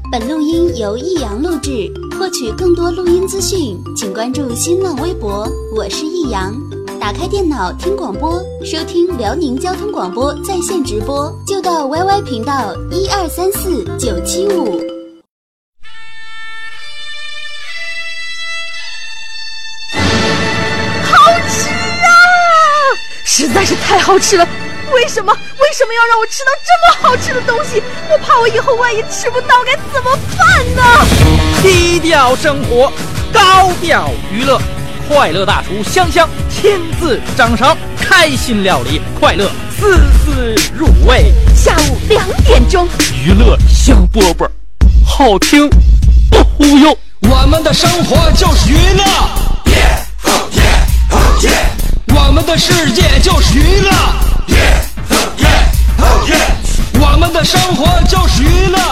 本录音由易阳录制，获取更多录音资讯，请关注新浪微博，我是易阳。打开电脑听广播，收听辽宁交通广播在线直播，就到 YY 频道1234975。 好吃啊！实在是太好吃了。为什么要让我吃到这么好吃的东西？我怕我以后万一吃不到该怎么办呢？ 低调生活，高调娱乐，快乐大厨香香亲自掌勺，开心料理，快乐丝丝入味。 下午2点钟， 娱乐香饽饽，好听不忽悠。 我们的生活就是娱乐，我们的世界就是娱乐，我们的生活就是娱乐，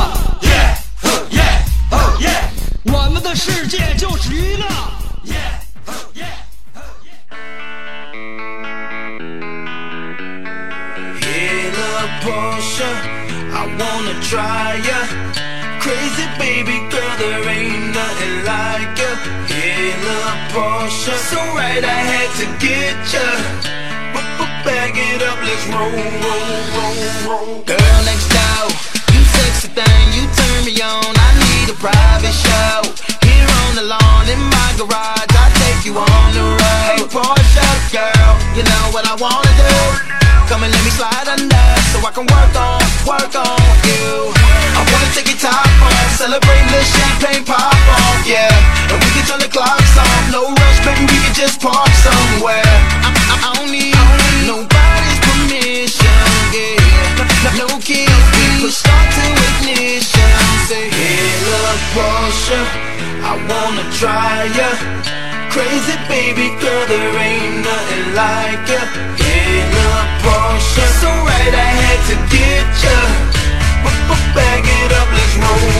我们的世界就是娱乐。Porsche, I wanna try ya. Crazy baby girl, there ain't nothing like ya. Hey, little Porsche, so right I had to get ya. Bag it up, let's roll. Girl next door, you sexy thing, you turn me on. I need a private show. Here on the lawn in my garage, I take you on the road. Hey Porsche girl, you know what I wanna do. Come and let me slide under, so I can work on you. I wanna take your top off, celebrate the champagne pop off, yeah. And we can turn the clocks off, no rush, baby, we can just park somewhere. I don't need nobody's permission, yeah. No keys, we push start to ignition. Say, hey, little Porsche, I wanna try ya. Crazy baby girl, there ain't nothing like ya. Hey, little Porsche, so right I had to get ya. Bag it up, let's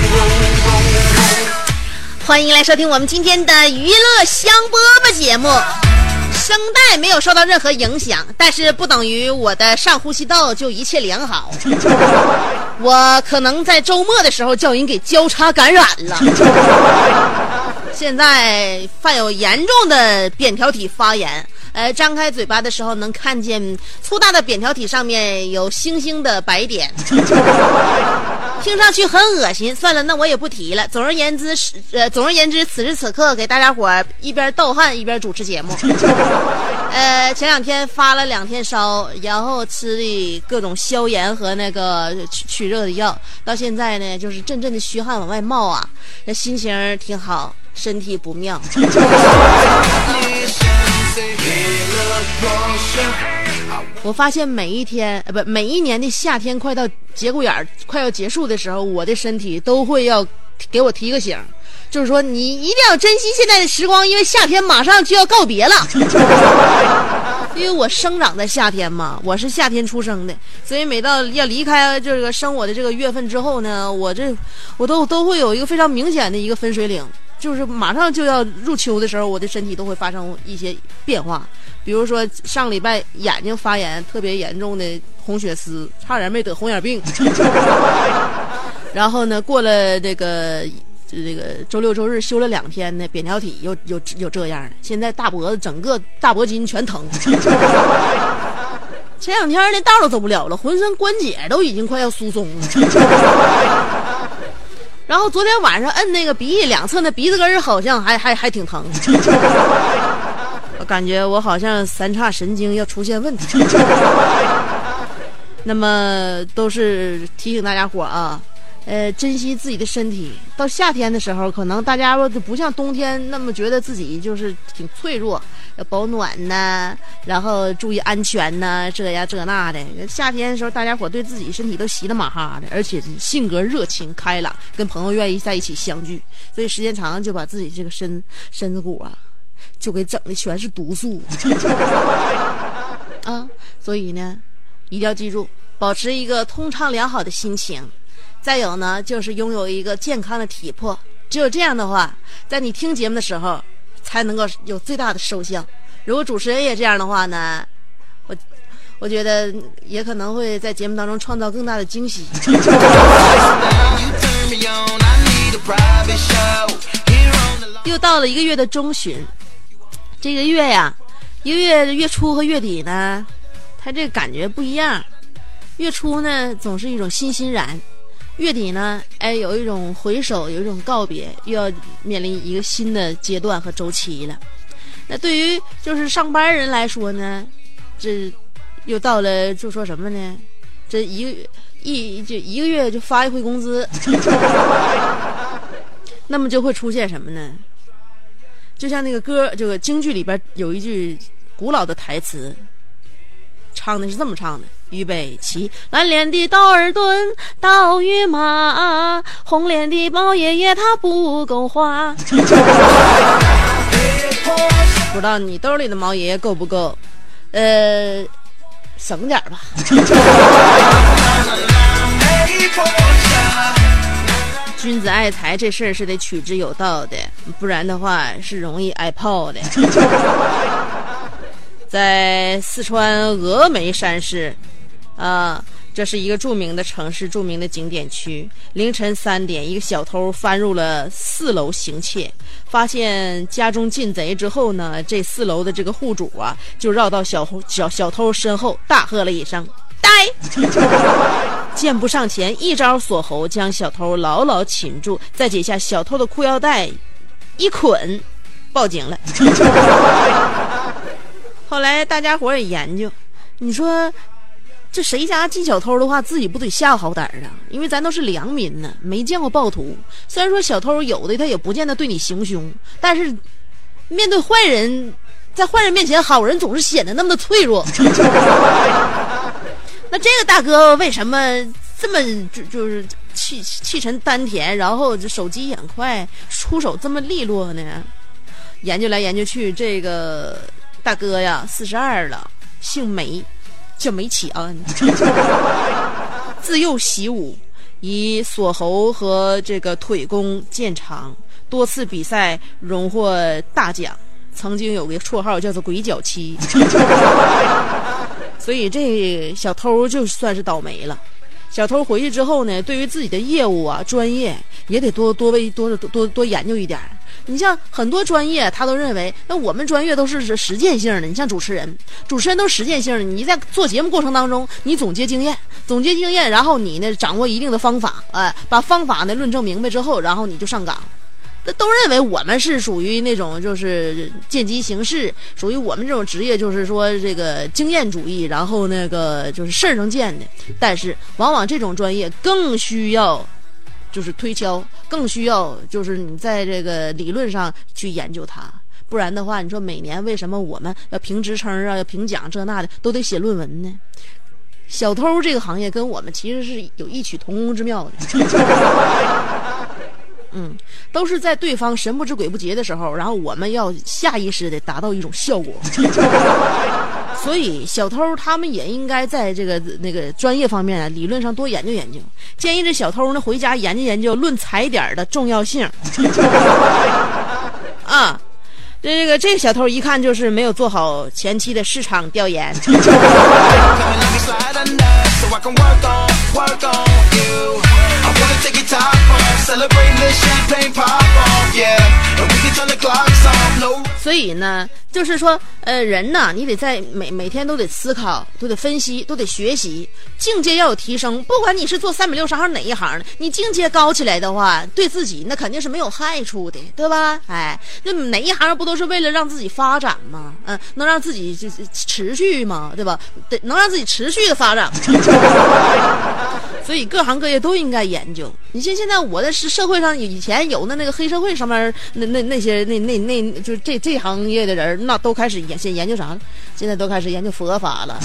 roll. 欢迎来收听我们今天的娱乐香饽饽节目。声带没有受到任何影响，但是不等于我的上呼吸道就一切良好。我可能在周末的时候叫人给交叉感染了。现在患有严重的扁桃体发炎，张开嘴巴的时候能看见粗大的扁桃体上面有星星的白点，听上去很恶心。算了，那我也不提了。总而言之，此时此刻给大家伙一边逗汗一边主持节目。前2天发了2天烧，然后吃的各种消炎和那个去热的药，到现在呢就是阵阵的虚汗往外冒啊，那心情挺好。身体不妙。我发现每一年的夏天快到节骨眼快要结束的时候，我的身体都会要给我提个醒，就是说你一定要珍惜现在的时光，因为夏天马上就要告别了。因为我生长在夏天嘛，我是夏天出生的，所以每到要离开这个生我的这个月份之后呢，我都会有一个非常明显的一个分水岭。就是马上就要入秋的时候，我的身体都会发生一些变化，比如说上礼拜眼睛发炎特别严重的红血丝，差点没得红眼病。然后呢，过了这个周六周日休了2天呢，扁桃体又这样了。现在大脖子整个大脖筋全疼。前2天连道都走不了了，浑身关节都已经快要疏松了。然后昨天晚上摁那个鼻翼两侧那鼻子根好像还挺疼。我感觉我好像3叉神经要出现问题。那么都是提醒大家伙啊，珍惜自己的身体。到夏天的时候，可能大家就不像冬天那么觉得自己就是挺脆弱，要保暖呐，然后注意安全呐，这呀这那的。夏天的时候，大家伙对自己身体都稀里马哈的，而且性格热情开朗，跟朋友愿意在一起相聚，所以时间长就把自己这个身子骨啊，就给整的全是毒素啊。所以呢，一定要记住，保持一个通畅良好的心情。再有呢，就是拥有一个健康的体魄，只有这样的话，在你听节目的时候才能够有最大的收效。如果主持人也这样的话呢，我觉得也可能会在节目当中创造更大的惊喜。 又到了1个月的中旬，这个月呀，1个月月初和月底呢，它这个感觉不一样。月初呢总是一种欣欣然，月底呢有一种回首，有一种告别，又要面临一个新的阶段和周期了。那对于就是上班人来说呢，这又到了就说什么呢，这一个月就发一回工资那么就会出现什么呢，就像那个歌，这个京剧里边有一句古老的台词，唱的是这么唱的：预备起，蓝脸的道尔顿道与马，红脸的毛爷爷他不够花不知道你兜里的毛爷爷够不够，省点吧君子爱财这事儿是得取之有道的，不然的话是容易挨炮的在四川峨眉山市这是一个著名的城市，著名的景点区。凌晨3点，一个小偷翻入了4楼行窃，发现家中进贼之后呢，这4楼的这个户主就绕到小偷身后，大喝了一声：“呆！”箭步上前，一招锁喉，将小偷牢牢擒住，再解下小偷的裤腰带一捆，报警了。后来大家伙也研究，你说这谁家进小偷的话，自己不得吓好胆啊？因为咱都是良民呢，没见过暴徒。虽然说小偷有的他也不见得对你行凶，但是面对坏人，在坏人面前，好人总是显得那么的脆弱。那这个大哥为什么这么就是气沉丹田，然后这手疾眼快，出手这么利落呢？研究来研究去，这个大哥呀，42了，姓梅，叫梅启安，自幼习武，以锁喉和这个腿功见长，多次比赛荣获大奖，曾经有个绰号叫做鬼脚七。所以这小偷就算是倒霉了。小偷回去之后呢，对于自己的业务专业也得多研究一点。你像很多专业他都认为，那我们专业都是实践性的。你像主持人都是实践性的，你在做节目过程当中，你总结经验，然后你呢掌握一定的方法，把方法呢论证明白之后，然后你就上岗。都认为我们是属于那种就是见机行事，属于我们这种职业就是说这个经验主义，然后那个就是事儿能见的。但是往往这种专业更需要就是推敲，更需要就是你在这个理论上去研究它。不然的话，你说每年为什么我们要评职称要评奖这那的，都得写论文呢？小偷这个行业跟我们其实是有异曲同工之妙的。都是在对方神不知鬼不觉的时候，然后我们要下意识的达到一种效果。所以小偷他们也应该在这个那个专业方面理论上多研究研究。建议这小偷呢回家研究研究论踩点的重要性。这个小偷一看就是没有做好前期的市场调研。所以呢，就是说，人呢，你得在每天都得思考，都得分析，都得学习，境界要有提升。不管你是做360行哪一行的，你境界高起来的话，对自己那肯定是没有害处的，对吧？那哪一行不都是为了让自己发展吗？能让自己就持续嘛，对吧？能让自己持续的发展。所以各行各业都应该研究。你像现在我的社会上以前有那个黑社会上面那些就是这行业的人，那都开始先研究啥了？现在都开始研究佛法了。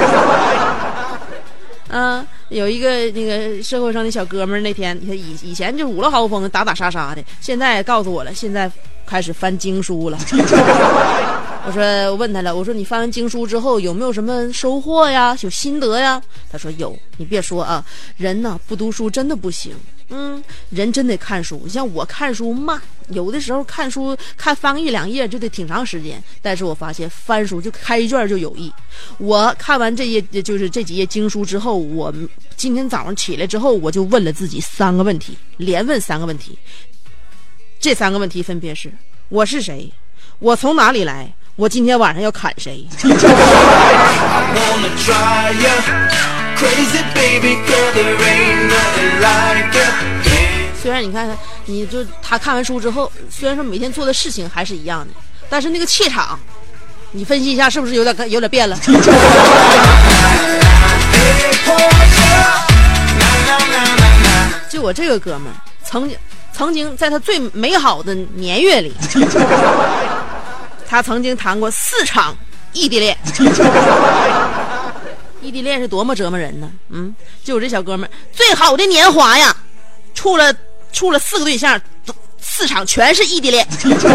有一个那个社会上的小哥们儿，那天他以前就五了豪风打杀杀的，现在告诉我了，现在开始翻经书了。我问他了，我说你翻完经书之后有没有什么收获呀？有心得呀？他说有。你别说人呢不读书真的不行。人真得看书。像我看书慢，有的时候看书翻个1-2页就得挺长时间，但是我发现翻书就开一卷就有益。我看完这几页经书之后，我今天早上起来之后，我就问了自己3个问题，连问3个问题。这3个问题分别是： 我是谁？我从哪里来？我今天晚上要砍谁？虽然你看，你就他看完书之后，虽然说每天做的事情还是一样的，但是那个气场，你分析一下是不是有点变了？就我这个哥们儿，曾经在他最美好的年月里，他曾经谈过4场异地恋。异地恋是多么折磨人呢？就我这小哥们儿最好的年华呀，处了4个对象，4场全是异地恋。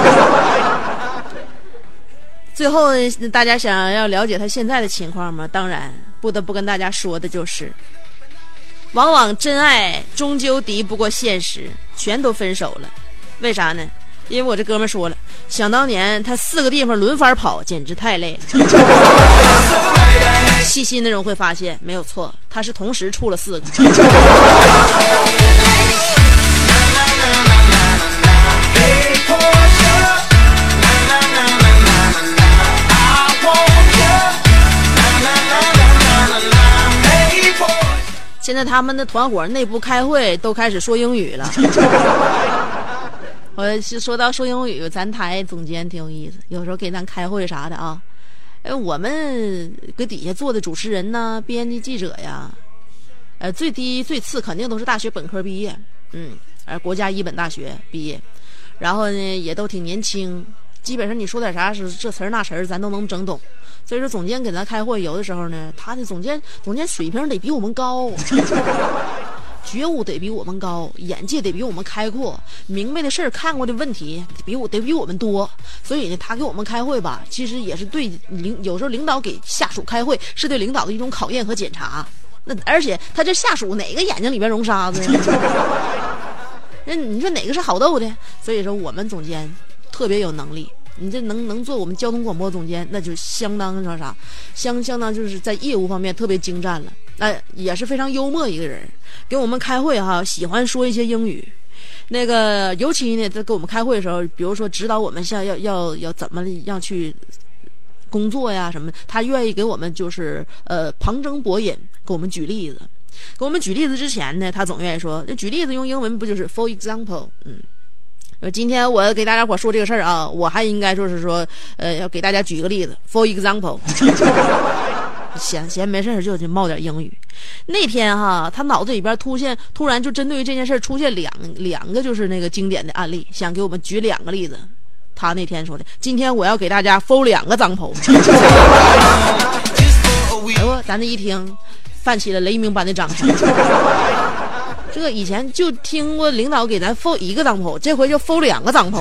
最后大家想要了解他现在的情况吗？当然不得不跟大家说的就是，往往真爱终究敌不过现实，全都分手了。为啥呢？因为我这哥们说了，想当年他4个地方轮番跑，简直太累了。细心的人会发现，没有错，他是同时处了4个。现在他们的团伙内部开会都开始说英语了。我说到说英语，咱台总监挺有意思，有时候给咱开会啥的啊。我们搁底下坐的主持人呢，编辑记者呀，最低最次肯定都是大学本科毕业，国家一本大学毕业，然后呢也都挺年轻，基本上你说点啥是这词儿那词儿咱都能整懂。所以说总监给咱开会，有的时候呢，他的总监水平得比我们高，觉悟得比我们高，眼界得比我们开阔，明白的事儿看过的问题得比我们多。所以呢，他给我们开会吧，其实也是对有时候领导给下属开会是对领导的一种考验和检查。那而且他这下属哪个眼睛里边融沙子呀？那你说哪个是好斗的？所以说我们总监特别有能力。你这能做我们交通广播总监，那就相当说啥，相当就是在业务方面特别精湛了。也是非常幽默一个人，给我们开会哈，喜欢说一些英语。那个尤其呢，在给我们开会的时候，比如说指导我们像要怎么样去工作呀什么，他愿意给我们就是旁征博引，给我们举例子。给我们举例子之前呢，他总愿意说，举例子用英文不就是 for example？今天我给大家伙说这个事儿啊，我还应该就是说，要给大家举个例子 ，for example 。闲没事就冒点英语。那天哈，他脑子里边突然就针对于这件事出现两个就是那个经典的案例，想给我们举2个例子。他那天说的，今天我要给大家 for 2个example。哎呦，咱这一听，泛起了雷鸣般的掌声。这以前就听过领导给咱 for 1个example，这回就 for 2个example。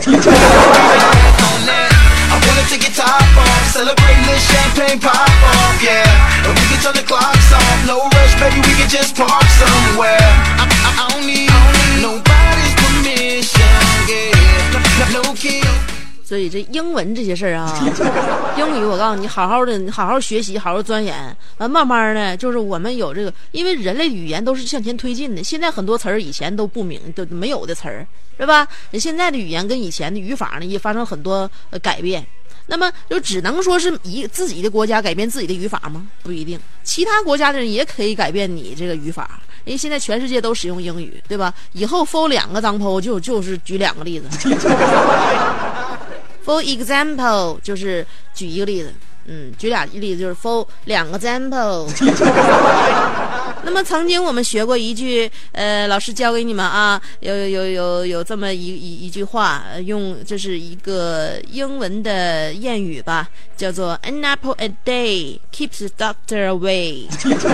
所以这英文这些事儿啊，英语我告诉你，好好学习，好好钻研，慢慢的就是我们有这个，因为人类语言都是向前推进的，现在很多词儿以前都都没有的词儿，是吧？现在的语言跟以前的语法呢也发生很多改变，那么就只能说是自己的国家改变自己的语法吗？不一定，其他国家的人也可以改变你这个语法，因为现在全世界都使用英语，对吧？以后 for 2个example就是举2个例子。For example 就是举1个例子，举2个例子就是 for 2个 example。那么曾经我们学过一句，老师教给你们啊，有这么一句话，这是一个英文的谚语吧，叫做 An apple a day keeps the doctor away。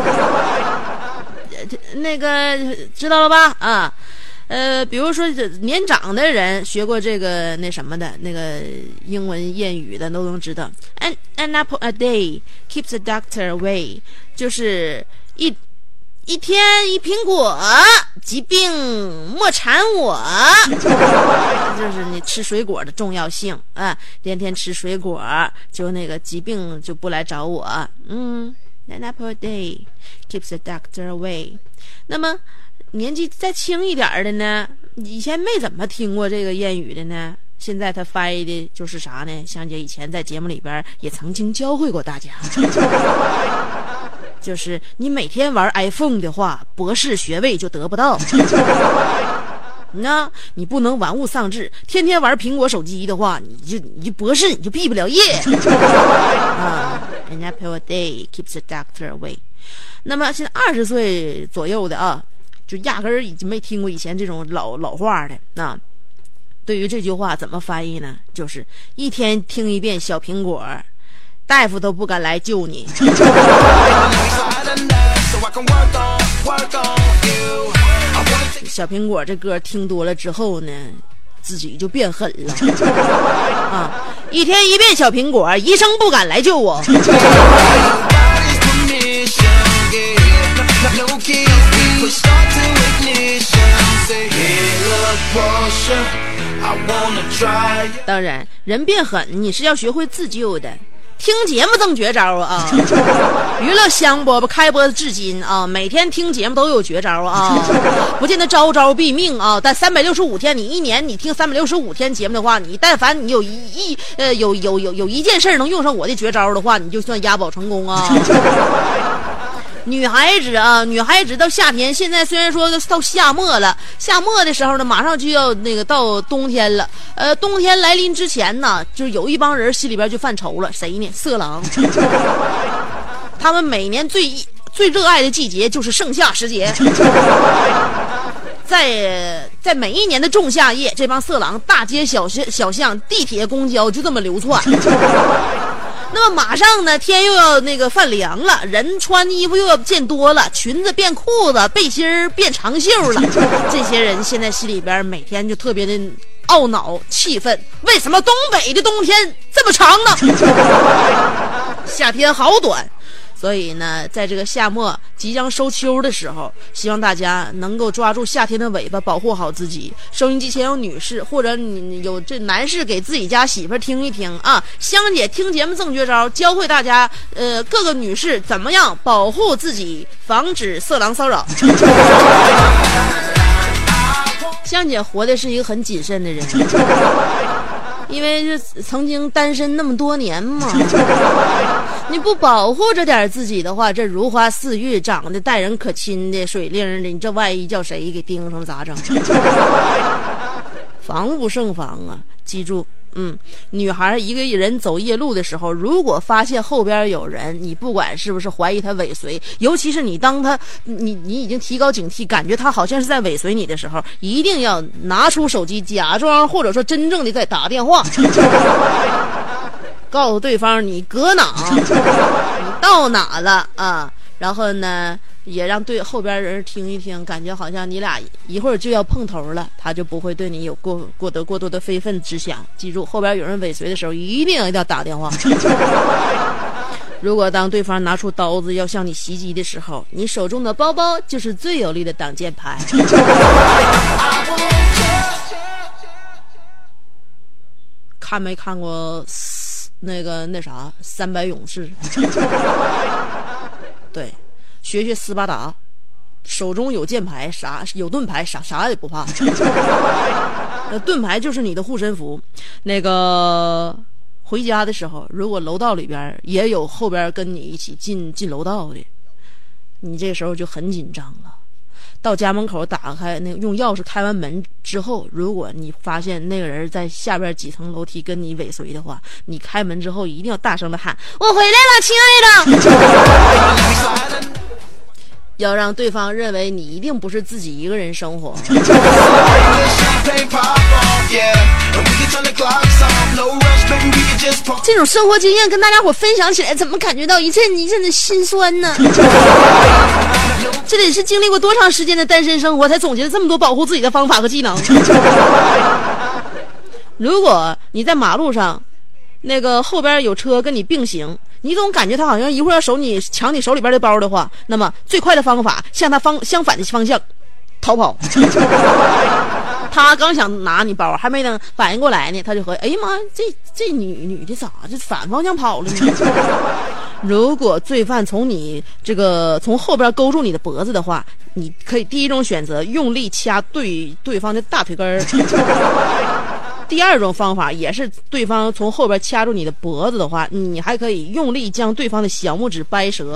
那个知道了吧？啊。比如说年长的人学过这个那什么的那个英文谚语的都能知道 ，An apple a day keeps the doctor away， 就是一天一苹果，疾病莫缠我。就是你吃水果的重要性啊，天天吃水果，就那个疾病就不来找我。An apple a day keeps the doctor away。那么年纪再轻一点的呢，以前没怎么听过这个谚语的呢， 现在他翻译的就是啥呢？香姐以前在节目里边也曾经教会过大家，就是你每天玩 iPhone 的话，博士学位就得不到。那你不能玩物丧志，天天玩苹果手机的话，你就博士你就毕不了业啊。人家 apple a day keeps the doctor away。那么现在20岁左右的啊，就压根儿已经没听过以前这种老话的那。对于这句话怎么翻译呢？就是一天听一遍小苹果，大夫都不敢来救你。小苹果这歌听多了之后呢，自己就变狠了啊！一天一遍小苹果，医生不敢来救我。当然，人变狠，你是要学会自救的。听节目挣绝招啊！娱乐香饽饽开播至今啊，每天听节目都有绝招啊，不见得招招毙命啊，但365天，你一年你听365天节目的话，你但凡你有一件事能用上我的绝招的话，你就算押宝成功啊。女孩子到夏天，现在虽然说到夏末了，夏末的时候呢，马上就要到冬天了。冬天来临之前呢，就是有一帮人心里边就犯愁了，谁呢？色狼。他们每年最热爱的季节就是盛夏时节。在每一年的仲夏夜，这帮色狼大街小巷、地铁、公交就这么流窜。那么马上呢，天又要犯凉了，人穿衣服又要变多了，裙子变裤子，背心变长袖了。这些人现在心里边每天就特别的懊恼气愤，为什么东北的冬天这么长呢？夏天好短。所以呢，在这个夏末即将收秋的时候，希望大家能够抓住夏天的尾巴，保护好自己。收音机前有女士，或者你有这男士，给自己家媳妇听一听啊。香姐听节目赠绝招，教会大家各个女士怎么样保护自己，防止色狼骚扰。香姐活的是一个很谨慎的人。因为是曾经单身那么多年嘛，你不保护着点自己的话，这如花似玉、长得待人可亲的水灵的，你这万一叫谁给盯上咋整？防不胜防啊！记住，女孩一个人走夜路的时候，如果发现后边有人，你不管是不是怀疑他尾随，尤其是你当你已经提高警惕，感觉他好像是在尾随你的时候，一定要拿出手机，假装或者说真正的在打电话，告诉对方你搁哪，你到哪了啊？然后呢，也让对后边人听一听，感觉好像你俩一会儿就要碰头了，他就不会对你有过多的非分之想。记住，后边有人尾随的时候，一定要打电话。如果当对方拿出刀子要向你袭击的时候，你手中的包包就是最有力的挡箭牌。看没看过那啥300勇士？对，学斯巴达，手中有箭牌，有盾牌，啥也不怕。盾牌就是你的护身符。回家的时候，如果楼道里边也有后边跟你一起进楼道的，你这时候就很紧张了。到家门口打开用钥匙开完门之后，如果你发现那个人在下边几层楼梯跟你尾随的话，你开门之后一定要大声的喊：“我回来了，亲爱的！”要让对方认为你一定不是自己一个人生活。这种生活经验跟大家伙分享起来，怎么感觉到一阵一阵的心酸呢？这得是经历过多长时间的单身生活，才总结了这么多保护自己的方法和技能。如果你在马路上，后边有车跟你并行，你总感觉他好像一会儿要抢你手里边的包的话，那么最快的方法向他相反的方向逃跑。他刚想拿你包，还没等反应过来呢，他就和哎呀妈，这女的咋这反方向跑了呢？如果罪犯从后边勾住你的脖子的话，你可以第一种选择用力掐对方的大腿根儿。 第二种方法也是对方从后边掐住你的脖子的话，你还可以用力将对方的小拇指掰折。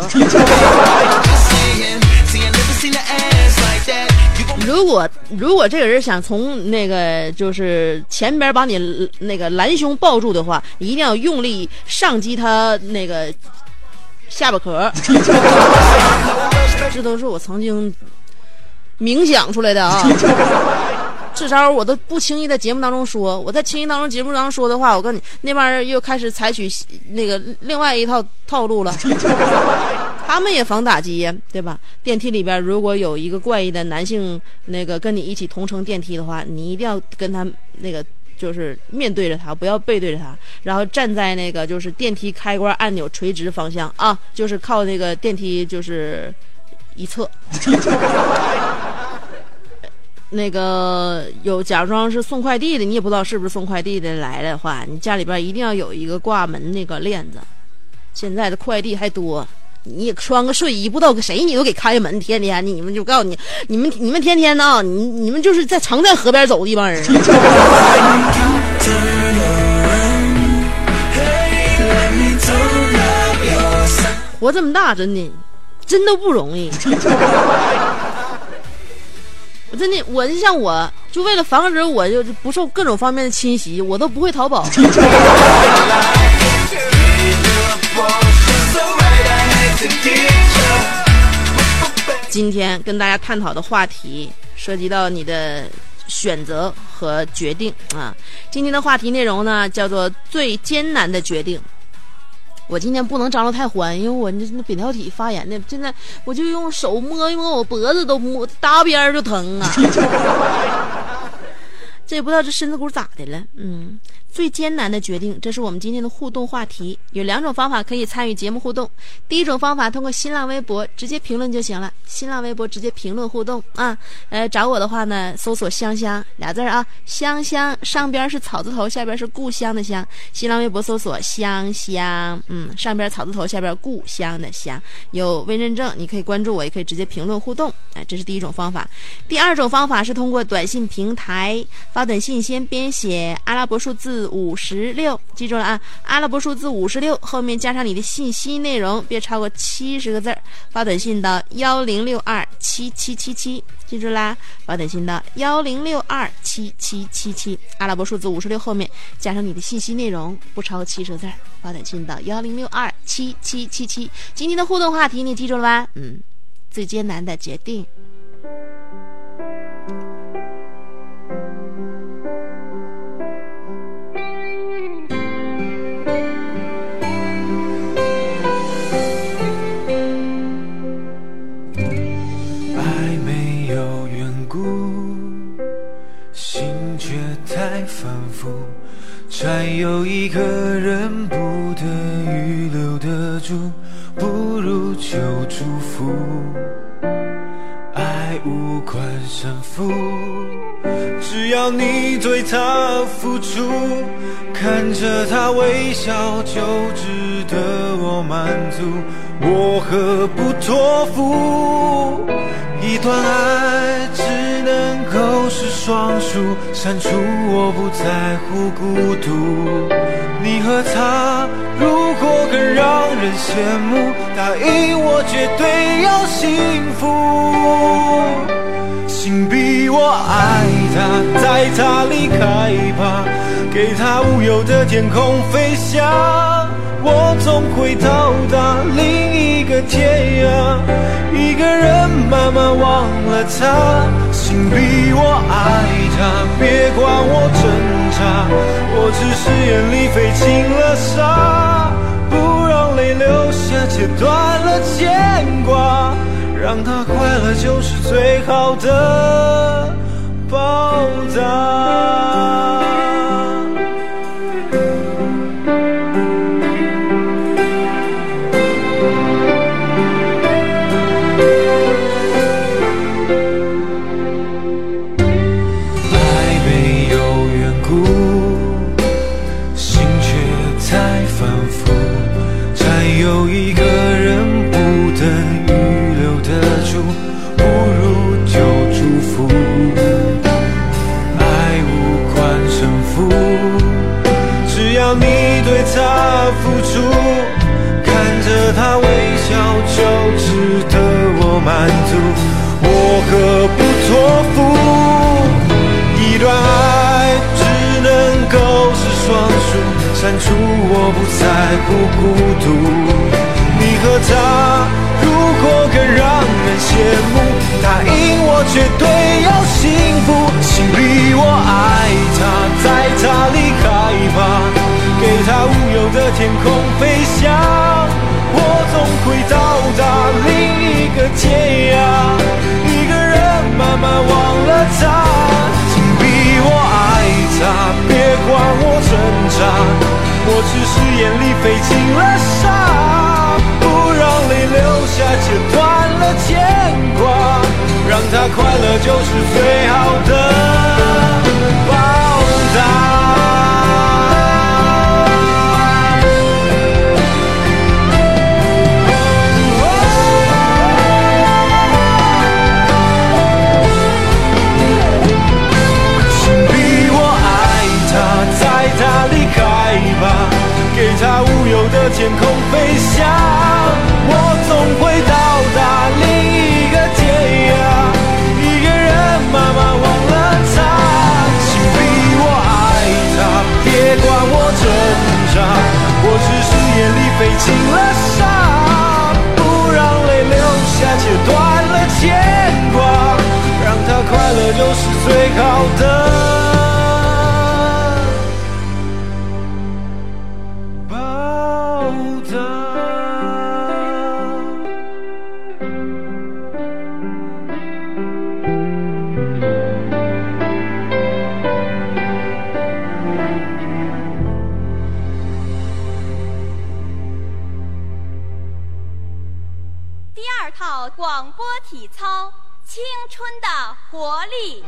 如果这个人想从那个就是前边把你那个拦胸抱住的话，你一定要用力上击他那个下巴壳。这都是我曾经冥想出来的啊。这招我都不轻易在节目当中说，我在节目当中说的话，我跟你那边又开始采取那个另外一套套路了。他们也防打击呀，对吧？电梯里边如果有一个怪异的男性那个跟你一起同乘电梯的话，你一定要跟他那个就是面对着他，不要背对着他，然后站在那个就是电梯开关按钮垂直方向啊，就是靠那个电梯就是一侧。那个有假装是送快递的，你也不知道是不是送快递的来的话，你家里边一定要有一个挂门那个链子。现在的快递还多，你也穿个睡衣，不知道给谁你都给开门，天天你们就告诉你们天天呢，你们就是常在河边走的一帮人。活这么大真的不容易。我就像我就为了防止我就不受各种方面的侵袭，我都不会淘宝。今天跟大家探讨的话题涉及到你的选择和决定啊。今天的话题内容呢叫做最艰难的决定。我今天不能张罗太欢，因为我那扁桃体发炎的，现在我就用手摸一摸我脖子，都摸搭边就疼啊。这也不知道这身子骨咋的了。最艰难的决定，这是我们今天的互动话题。有2种方法可以参与节目互动。第一种方法通过新浪微博直接评论就行了，新浪微博直接评论互动啊。找我的话呢，搜索香香俩字啊，香香上边是草字头，下边是故乡的乡。新浪微博搜索香香，上边草字头，下边故乡的乡。有微认证，你可以关注我，也可以直接评论互动。这是第一种方法。第二种方法是通过短信平台发短信，先编写阿拉伯数字56，记住了啊！阿拉伯数字56后面加上你的信息内容，别超过70个字，发短信到10627777，记住啦！发短信到10627777，阿拉伯数字56后面加上你的信息内容，不超过70个字，发短信到10627777。今天的互动话题你记住了吧？最艰难的决定。 反复，才有一个人不得预留得住，不如就祝福。爱无关胜负，只要你对他付出，看着他微笑就值得我满足，我何不托付？一段爱只能够是双数，删除我不在乎孤独。你和他如果更让人羡慕，答应我绝对要幸福。请逼我爱他，带他离开吧，给他无忧的天空飞翔，我总会到达另一个天涯，一个人慢慢忘了他。请逼我爱他，别管我挣扎，我只是眼里飞进了沙，不让泪流下，切断了牵挂，让他快乐就是最好的报答。有一个人不得预留得住，不如就祝福。爱服，只要你对他付出，看着他微笑就值得我满足。我何不托付？一段爱只能够是双数，删除我不在乎孤独。你和他如果更让人羡慕，答应我绝对要幸福。心里我爱他，在他离开吧，给他无忧的天空飞翔。我总会到达另一个天涯，一个人慢慢忘了他。请逼我爱他，别管我挣扎，我只是眼里费尽了沙，不让泪流下，切断了牵挂，让他快乐就是最好的报答。给他无忧的天空飞翔，我总会到达另一个天涯，一个人慢慢忘了他。请逼我爱他，别管我挣扎，我只是眼里费尽了沙，不让泪流下，切断了牵挂，让他快乐就是最好的。 广播体操，青春的活力。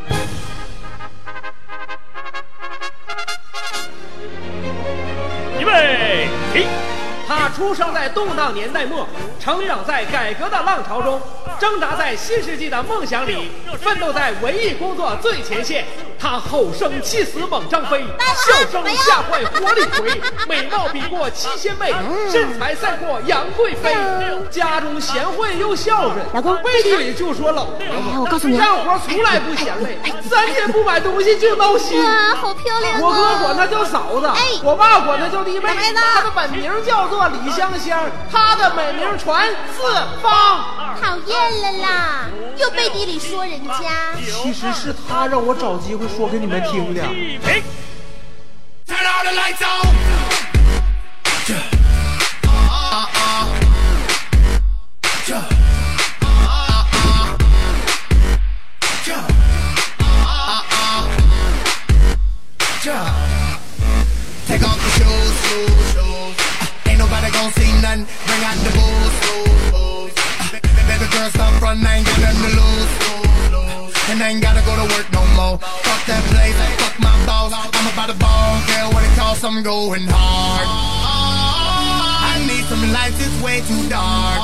预备起！他出生在动荡年代末，成长在改革的浪潮中，挣扎在新世纪的梦想里，奋斗在文艺工作最前线。他吼声气死猛张飞，笑声吓坏活李逵，美貌比过七仙妹，身材赛过杨贵妃，家中贤惠又孝顺， 老公背地里就说老婆。 哎呀，我告诉你， 干活从来不嫌累，3天不买东西就闹心。 哇，好漂亮！ 我哥管她叫嫂子，我爸管她叫弟妹。她的本名叫做李香香，她的美名传四方。 讨厌了啦，又背地里说人家。 其实是他让我找机会说给你们听的。 Turn all the lights on. Take off the shoes. Ain't nobody gonna see nothing. Bring out the booze. Baby girl, stop front, I ain't got nothing to lose. And I ain't gotta go to work no more. Fuck that place, fuck my boss. I'm about to ball, girl, what it costs, I'm going hard. I need some lights, it's way too dark.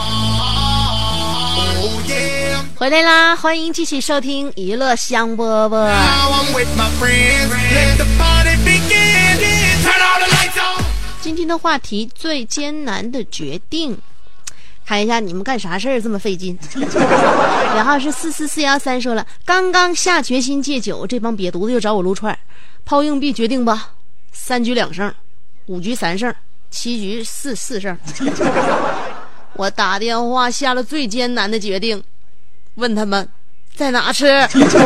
Oh yeah. 回来啦，欢迎继续收听娱乐香饽饽。 Now I'm with my friends, let the party begin. Turn all the lights on. 今天的话题最艰难的决定，看一下你们干啥事儿这么费劲。然后是44413说了，刚刚下决心戒酒，这帮瘪犊子又找我撸串，抛硬币决定吧，3局2胜，5局3胜，7局4胜。我打电话下了最艰难的决定，问他们在哪吃。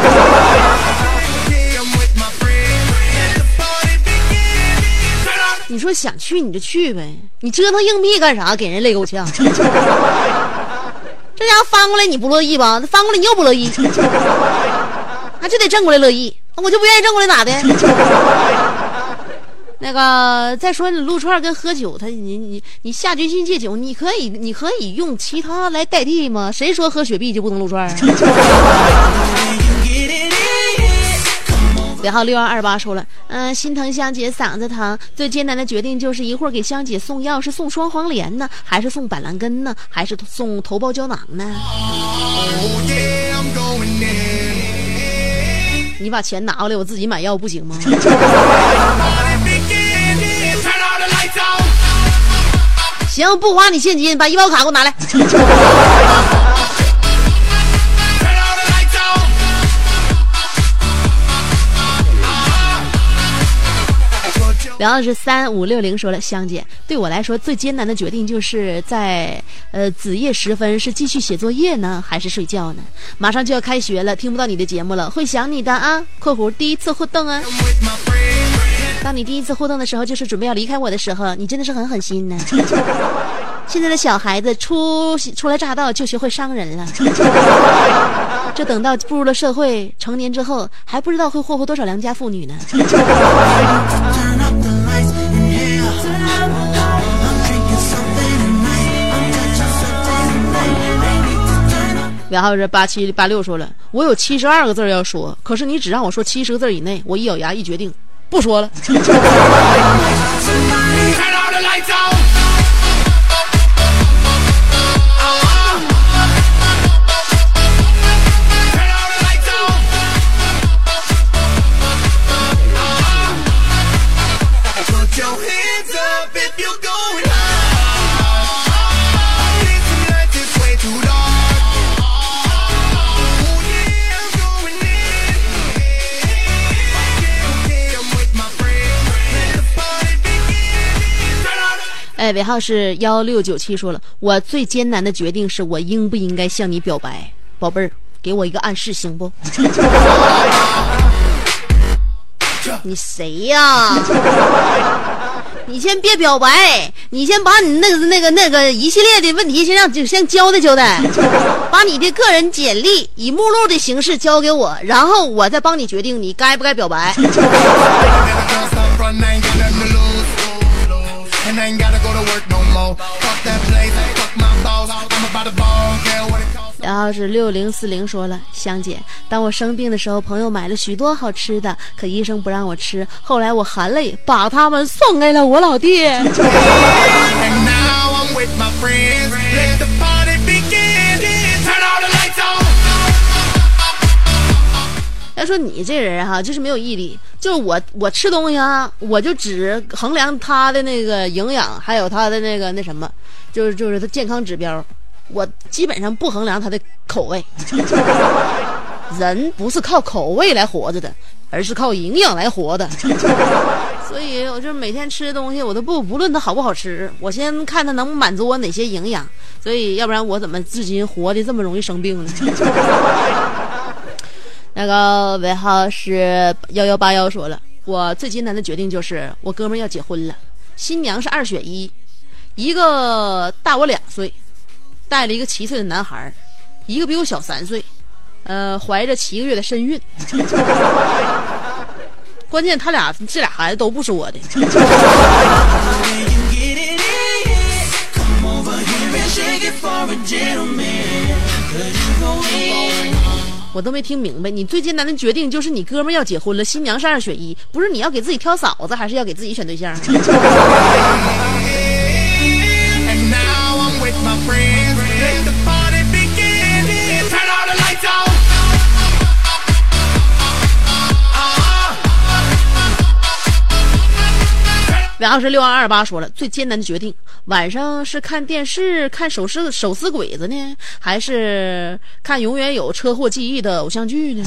你说想去你就去呗，你折腾硬币干啥？给人累够呛。这家伙翻过来你不乐意吧？翻过来你又不乐意，那就得正过来乐意，我就不愿意正过来咋的？那个再说你撸串跟喝酒，你下决心戒酒，你可以用其他来代替吗？谁说喝雪碧就不能撸串啊？尾号6228说了，心疼香姐嗓子疼，最艰难的决定就是一会儿给香姐送药，是送双黄连呢，还是送板蓝根呢，还是送头孢胶囊呢？ 你把钱拿过来，我自己买药不行吗？行，不花你现金，把医保卡给我拿来。然后是3560说了，香姐，对我来说最艰难的决定就是在子夜时分是继续写作业呢，还是睡觉呢？马上就要开学了，听不到你的节目了，会想你的啊。（括弧第一次互动啊）当你第一次互动的时候，就是准备要离开我的时候，你真的是很狠心呢。现在的小孩子初来乍到就学会伤人了，这等到步入了社会成年之后，还不知道会霍霍多少良家妇女呢。然后是8786说了，我有72个字要说，可是你只让我说70个字以内，我一咬牙一决定不说了。尾号是1697说了，我最艰难的决定是我应不应该向你表白，宝贝儿，给我一个暗示行不？你谁呀？你先别表白，你先把你那个一系列的问题先交代，把你的个人简历以目录的形式交给我，然后我再帮你决定你该不该表白。然后是6040说了，香姐，当我生病的时候，朋友买了许多好吃的，可医生不让我吃，后来我含泪把它们送给了我老爹。要说你这人哈，就是没有毅力。就是我吃东西啊，我就只衡量它的那个营养，还有它的那什么，就是它健康指标。我基本上不衡量它的口味。人不是靠口味来活着的，而是靠营养来活的。所以我就每天吃的东西，我都不论它好不好吃，我先看它能满足我哪些营养。所以要不然我怎么至今活得这么容易生病呢？那个尾号是1181说了，我最艰难的决定就是我哥们要结婚了，新娘是2选1，一个大我2岁，带了一个7岁的男孩，一个比我小3岁，怀着7个月的身孕。关键这俩孩子都不是我的。我都没听明白，你最艰难的决定就是你哥们要结婚了，新娘是2选1，不是你要给自己挑嫂子，还是要给自己选对象？然后是6228说了，最艰难的决定，晚上是看电视看手撕鬼子呢，还是看永远有车祸记忆的偶像剧呢？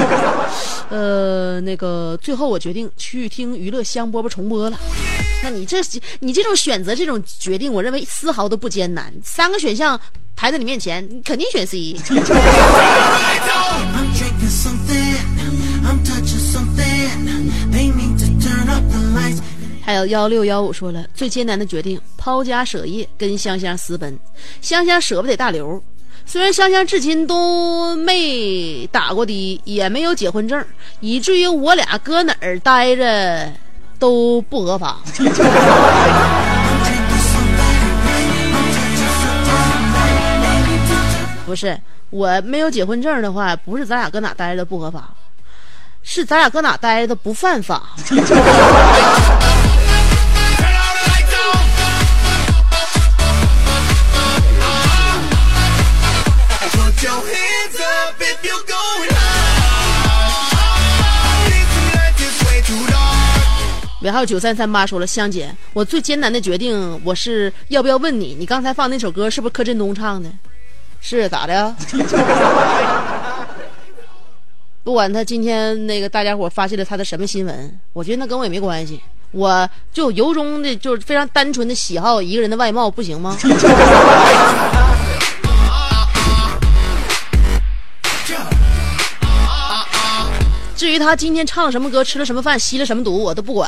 最后我决定去听娱乐香饽饽重播了。那你这种选择，这种决定，我认为丝毫都不艰难。3个选项排在你面前，你肯定选 C。还有1615说了，最艰难的决定，抛家舍业跟香香私奔，香香舍不得大刘，虽然香香至今都没打过的，也没有结婚证，以至于我俩搁哪儿待着都不合法。不是，我没有结婚证的话，不是咱俩搁哪待着都不合法，是咱俩搁哪待着都不犯法。 还有9338说了，香姐，我最艰难的决定，我是要不要问你，你刚才放那首歌是不是柯震东唱的？是咋的？不管他今天那个大家伙发现了他的什么新闻，我觉得那跟我也没关系，我就由衷的就是非常单纯的喜好一个人的外貌，不行吗？至于他今天唱了什么歌，吃了什么饭，吸了什么毒，我都不管。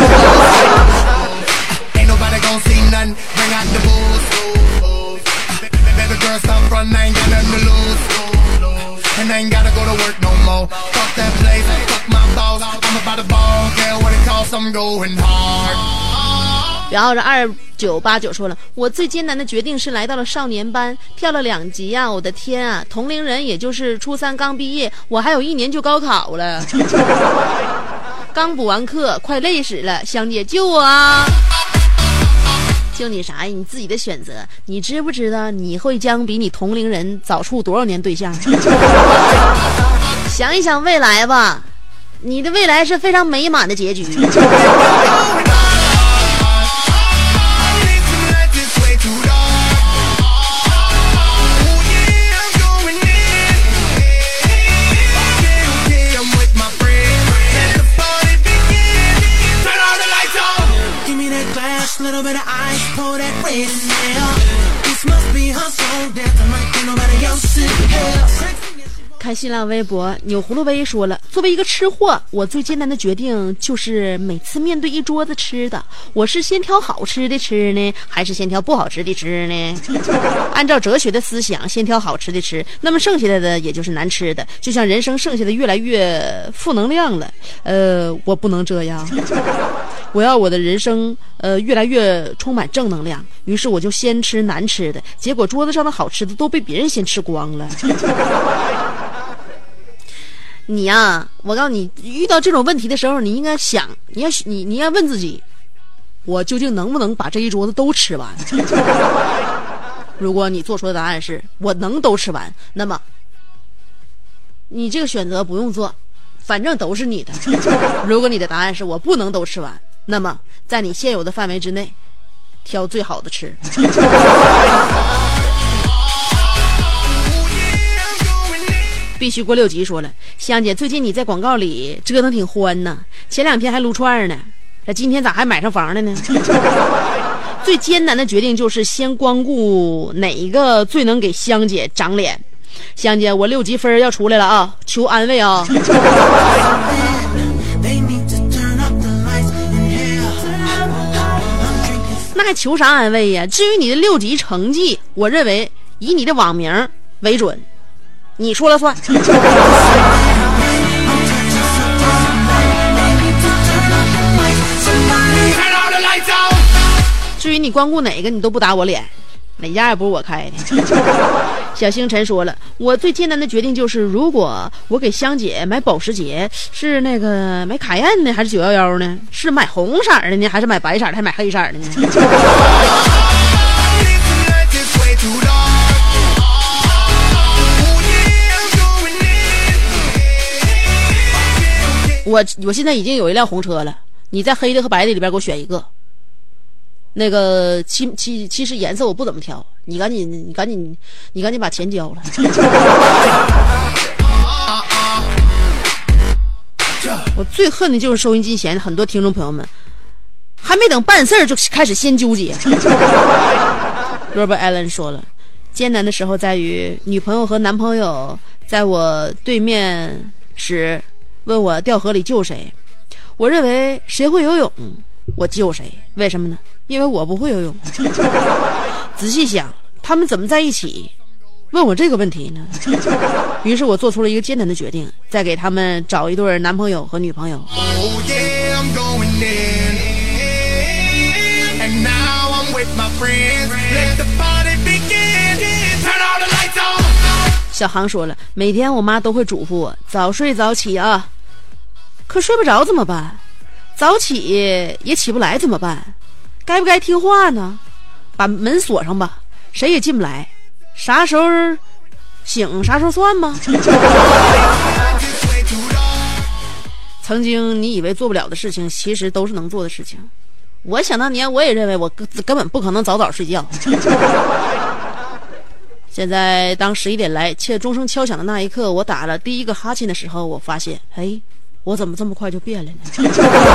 然后这2989说了，我最艰难的决定是来到了少年班，跳了2级啊！我的天啊，同龄人也就是初3刚毕业，我还有1年就高考了，刚补完课，快累死了，香姐救我啊！救你啥呀？你自己的选择，你知不知道你会将比你同龄人早处多少年对象？想一想未来吧，你的未来是非常美满的结局。看新浪微博，钮葫芦微说了，作为一个吃货，我最艰难的决定就是每次面对一桌子吃的，我是先挑好吃的吃呢，还是先挑不好吃的吃呢？按照哲学的思想，先挑好吃的吃，那么剩下的也就是难吃的，就像人生剩下的越来越负能量了。我不能这样，我要我的人生越来越充满正能量，于是我就先吃难吃的，结果桌子上的好吃的都被别人先吃光了。你呀，我告诉你，遇到这种问题的时候，你应该想，你要问自己，我究竟能不能把这一桌子都吃完？如果你做出的答案是我能都吃完，那么你这个选择不用做，反正都是你的。如果你的答案是我不能都吃完，那么在你现有的范围之内，挑最好的吃。必须过6级说了，香姐，最近你在广告里折腾挺欢呢，前2天还撸串呢，这今天咋还买上房了呢？最艰难的决定就是先光顾哪一个最能给香姐长脸。香姐，我6级分要出来了啊，求安慰啊！那还求啥安慰呀？至于你的6级成绩，我认为以你的网名为准，你说了算。至于你光顾哪个，你都不打我脸，哪家也不是我开的。小星辰说了，我最艰难的决定就是，如果我给香姐买保时捷，是那个买卡宴呢，还是911呢？是买红色的呢，还是买白色的，还是买黑色的呢？我现在已经有一辆红车了，你在黑的和白的里边给我选一个。那个其实颜色我不怎么挑，你赶紧把钱交了。我最恨的就是收音机前很多听众朋友们，还没等办事儿就开始先纠结。Robert Allen 说了，艰难的时候在于女朋友和男朋友在我对面时问我掉河里救谁，我认为谁会游泳我救谁，为什么呢？因为我不会游泳。仔细想，他们怎么在一起问我这个问题呢？于是我做出了一个艰难的决定，再给他们找一对男朋友和女朋友。小航说了，每天我妈都会嘱咐我早睡早起啊，可睡不着怎么办？早起也起不来怎么办？该不该听话呢？把门锁上吧，谁也进不来，啥时候醒啥时候算吗？ 曾经你以为做不了的事情，其实都是能做的事情。我想当年我也认为我根本不可能早早睡觉。现在当11点来且钟声敲响的那一刻，我打了第一个哈欠的时候，我发现，我怎么这么快就变了呢？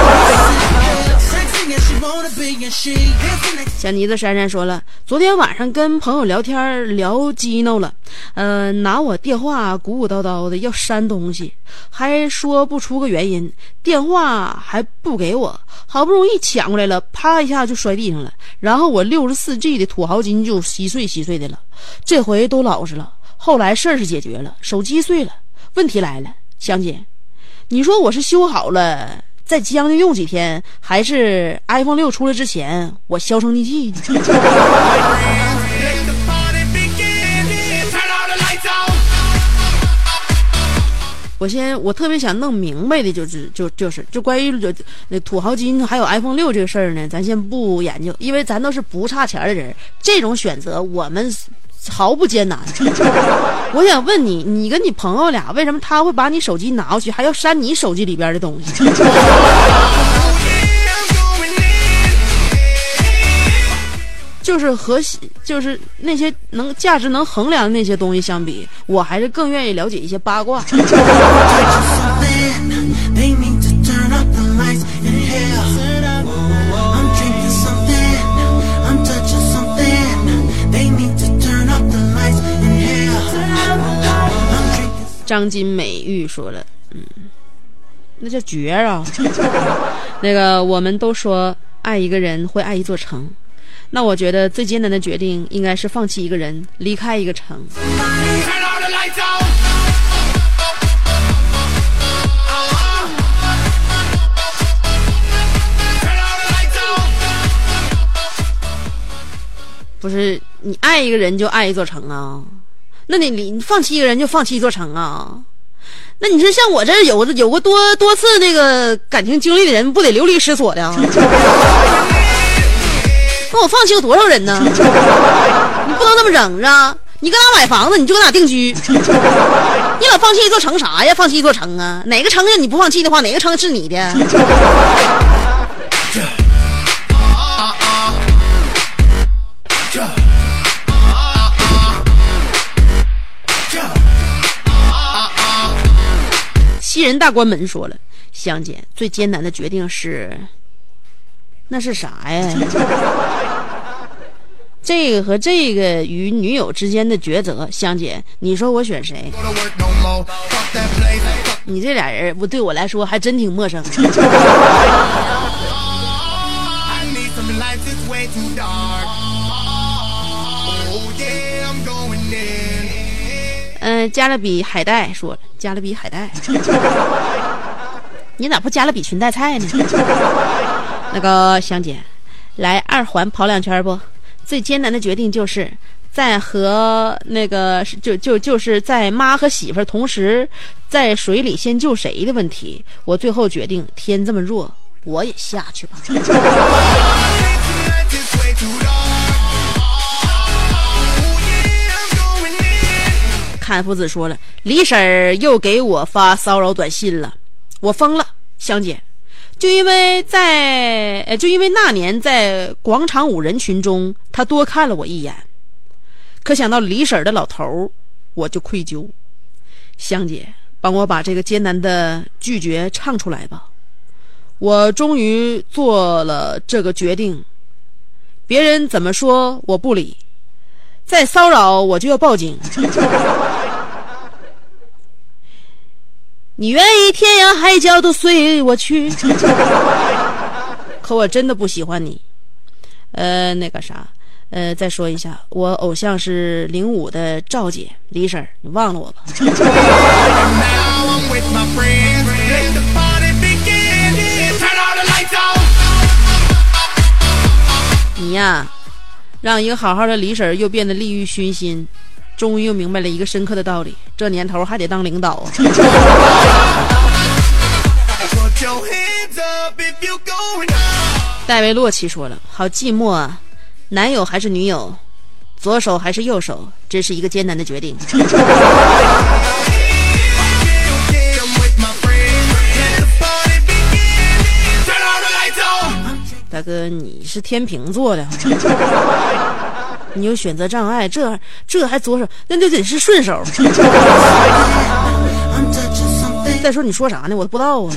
小妮子珊珊说了，昨天晚上跟朋友聊天聊激怒了，拿我电话鼓鼓叨叨的要删东西，还说不出个原因，电话还不给我，好不容易抢过来了，啪一下就摔地上了，然后我64G 的土豪金就稀碎的了，这回都老实了。后来事儿是解决了，手机碎了，问题来了，香姐，你说我是修好了再将就用几天，还是 iPhone 6出来之前我销声匿迹呢？我特别想弄明白的就是关于那土豪金还有 iPhone 6这个事儿呢，咱先不研究，因为咱都是不差钱的人，这种选择我们毫不艰难。我想问你，你跟你朋友俩为什么他会把你手机拿过去，还要删你手机里边的东西？就是那些价值能衡量的那些东西相比，我还是更愿意了解一些八卦。张金美玉说了，那叫绝啊！那个我们都说爱一个人会爱一座城，那我觉得最艰难的决定应该是放弃一个人，离开一个城。不是你爱一个人就爱一座城啊？那你放弃一个人就放弃一座城啊？那你说像我这有过多次那个感情经历的人，不得流离失所的啊？那我放弃过多少人呢？你不能这么整啊！你搁哪买房子你就搁哪定居，你老放弃一座城啥呀？放弃一座城啊？哪个城市你不放弃的话，哪个城是你的？西人大关门说了，香姐最艰难的决定是，那是啥呀？这个和这个与女友之间的抉择，香姐你说我选谁？你这俩人对我来说还真挺陌生。加勒比海带说了，加勒比海带，你咋不加勒比裙带菜呢？那个香姐，来2环跑2圈不？最艰难的决定就是在和那个就是在妈和媳妇同时在水里先救谁的问题。我最后决定，天这么弱，我也下去吧。看夫子说了，李婶儿又给我发骚扰短信了，我疯了，香姐，就因为那年在广场舞人群中，他多看了我一眼，可想到李婶儿的老头，我就愧疚。香姐，帮我把这个艰难的拒绝唱出来吧，我终于做了这个决定，别人怎么说我不理，再骚扰我就要报警。你愿意天涯海角都随我去，可我真的不喜欢你。那个啥，再说一下，我偶像是05的赵姐，李婶儿，你忘了我吧。你呀，让一个好好的李婶儿又变得利欲熏心，终于又明白了一个深刻的道理，这年头还得当领导啊。戴维洛奇说了，好寂寞啊，男友还是女友，左手还是右手，这是一个艰难的决定。 大哥，你是天秤座的，你有选择障碍，这还左手，那就得是顺手。再说你说啥呢？我都不知道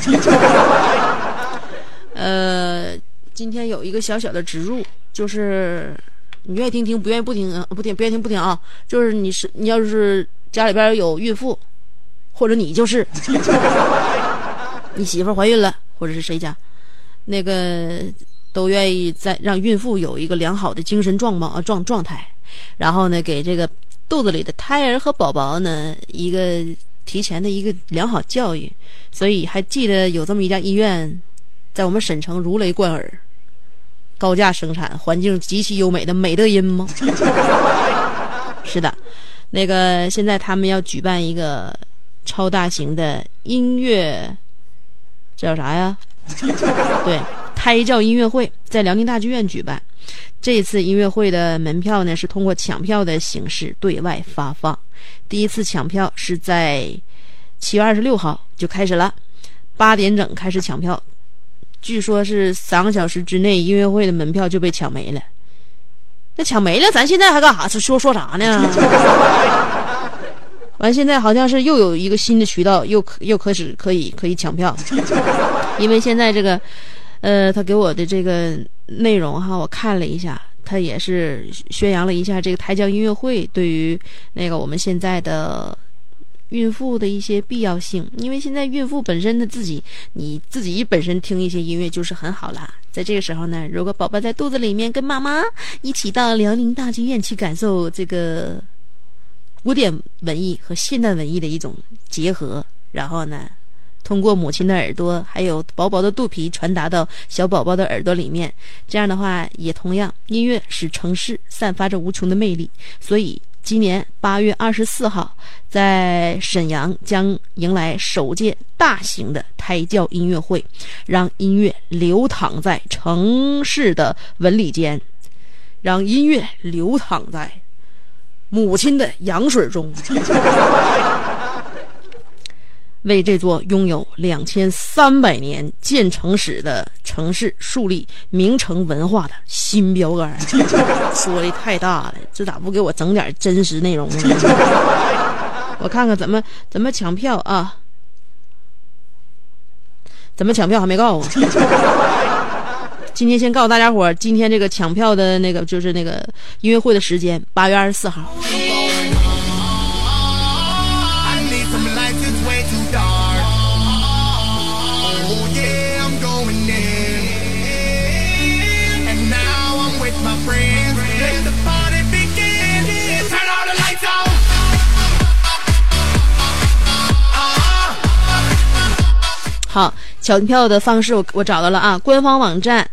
啊。今天有一个小小的植入，就是你愿意听听，不愿意不听啊，不愿意听不听啊。就是你要是家里边有孕妇，或者你就是你媳妇怀孕了，或者是谁家，那个都愿意让孕妇有一个良好的精神状态，然后呢，给这个肚子里的胎儿和宝宝呢一个提前的一个良好教育。所以还记得有这么一家医院，在我们省城如雷贯耳，高价生产，环境极其优美的美德音吗？是的，那个现在他们要举办一个超大型的音乐，这叫啥呀？对，胎教音乐会在辽宁大剧院举办。这次音乐会的门票呢是通过抢票的形式对外发放。第一次抢票是在7月26号就开始了，8点整开始抢票。据说是3个小时之内，音乐会的门票就被抢没了。那抢没了，咱现在还干啥？说啥呢？完，现在好像是又有一个新的渠道，又开始可以抢票。因为现在这个，他给我的这个内容哈，我看了一下，他也是宣扬了一下这个胎教音乐会对于那个我们现在的孕妇的一些必要性。因为现在孕妇本身的你自己本身听一些音乐就是很好啦。在这个时候呢，如果宝宝在肚子里面跟妈妈一起到辽宁大剧院去感受这个古典文艺和现代文艺的一种结合，然后呢通过母亲的耳朵还有薄薄的肚皮传达到小宝宝的耳朵里面，这样的话也同样，音乐使城市散发着无穷的魅力。所以今年8月24号在沈阳将迎来首届大型的胎教音乐会，让音乐流淌在城市的纹理间，让音乐流淌在母亲的羊水中，为这座拥有2300年建城史的城市树立名城文化的新标杆。说的太大了，这咋不给我整点真实内容呢？我看看怎么抢票啊？怎么抢票还没告诉我。今天先告诉大家伙，今天这个抢票的那个就是那个音乐会的时间，8月24号。好，抢票的方式我找到了啊，官方网站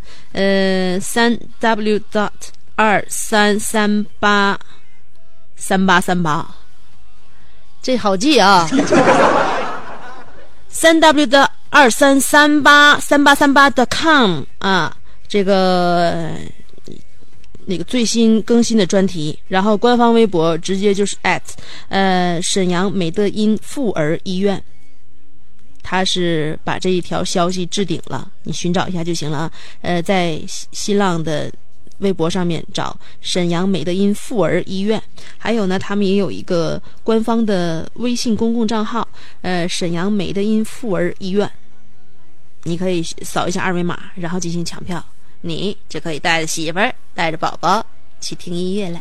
3w.23383838，这好记啊。3w.23383838.com 啊，这个那个最新更新的专题，然后官方微博直接就是 沈阳美德音妇儿医院。他是把这一条消息置顶了，你寻找一下就行了啊。在新浪的微博上面找沈阳美德音妇儿医院，还有呢，他们也有一个官方的微信公共账号，沈阳美德音妇儿医院，你可以扫一下二维码，然后进行抢票，你就可以带着媳妇儿、带着宝宝去听音乐了。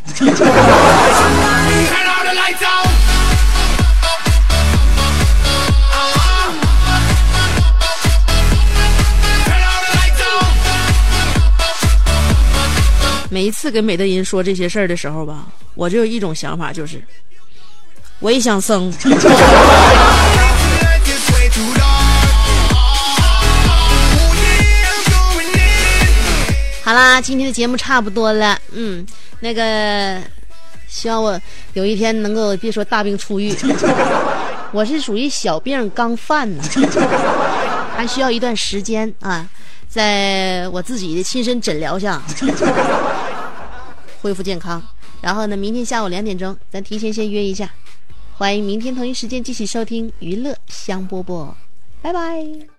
每一次跟美德音说这些事儿的时候吧，我就有一种想法，就是我也想生。好啦，今天的节目差不多了，那个希望我有一天能够别说大病初愈，我是属于小病刚犯呢，还需要一段时间啊，在我自己的亲身诊疗下恢复健康。然后呢，明天下午2点钟咱提前先约一下，欢迎明天同一时间继续收听娱乐香饽饽，拜拜。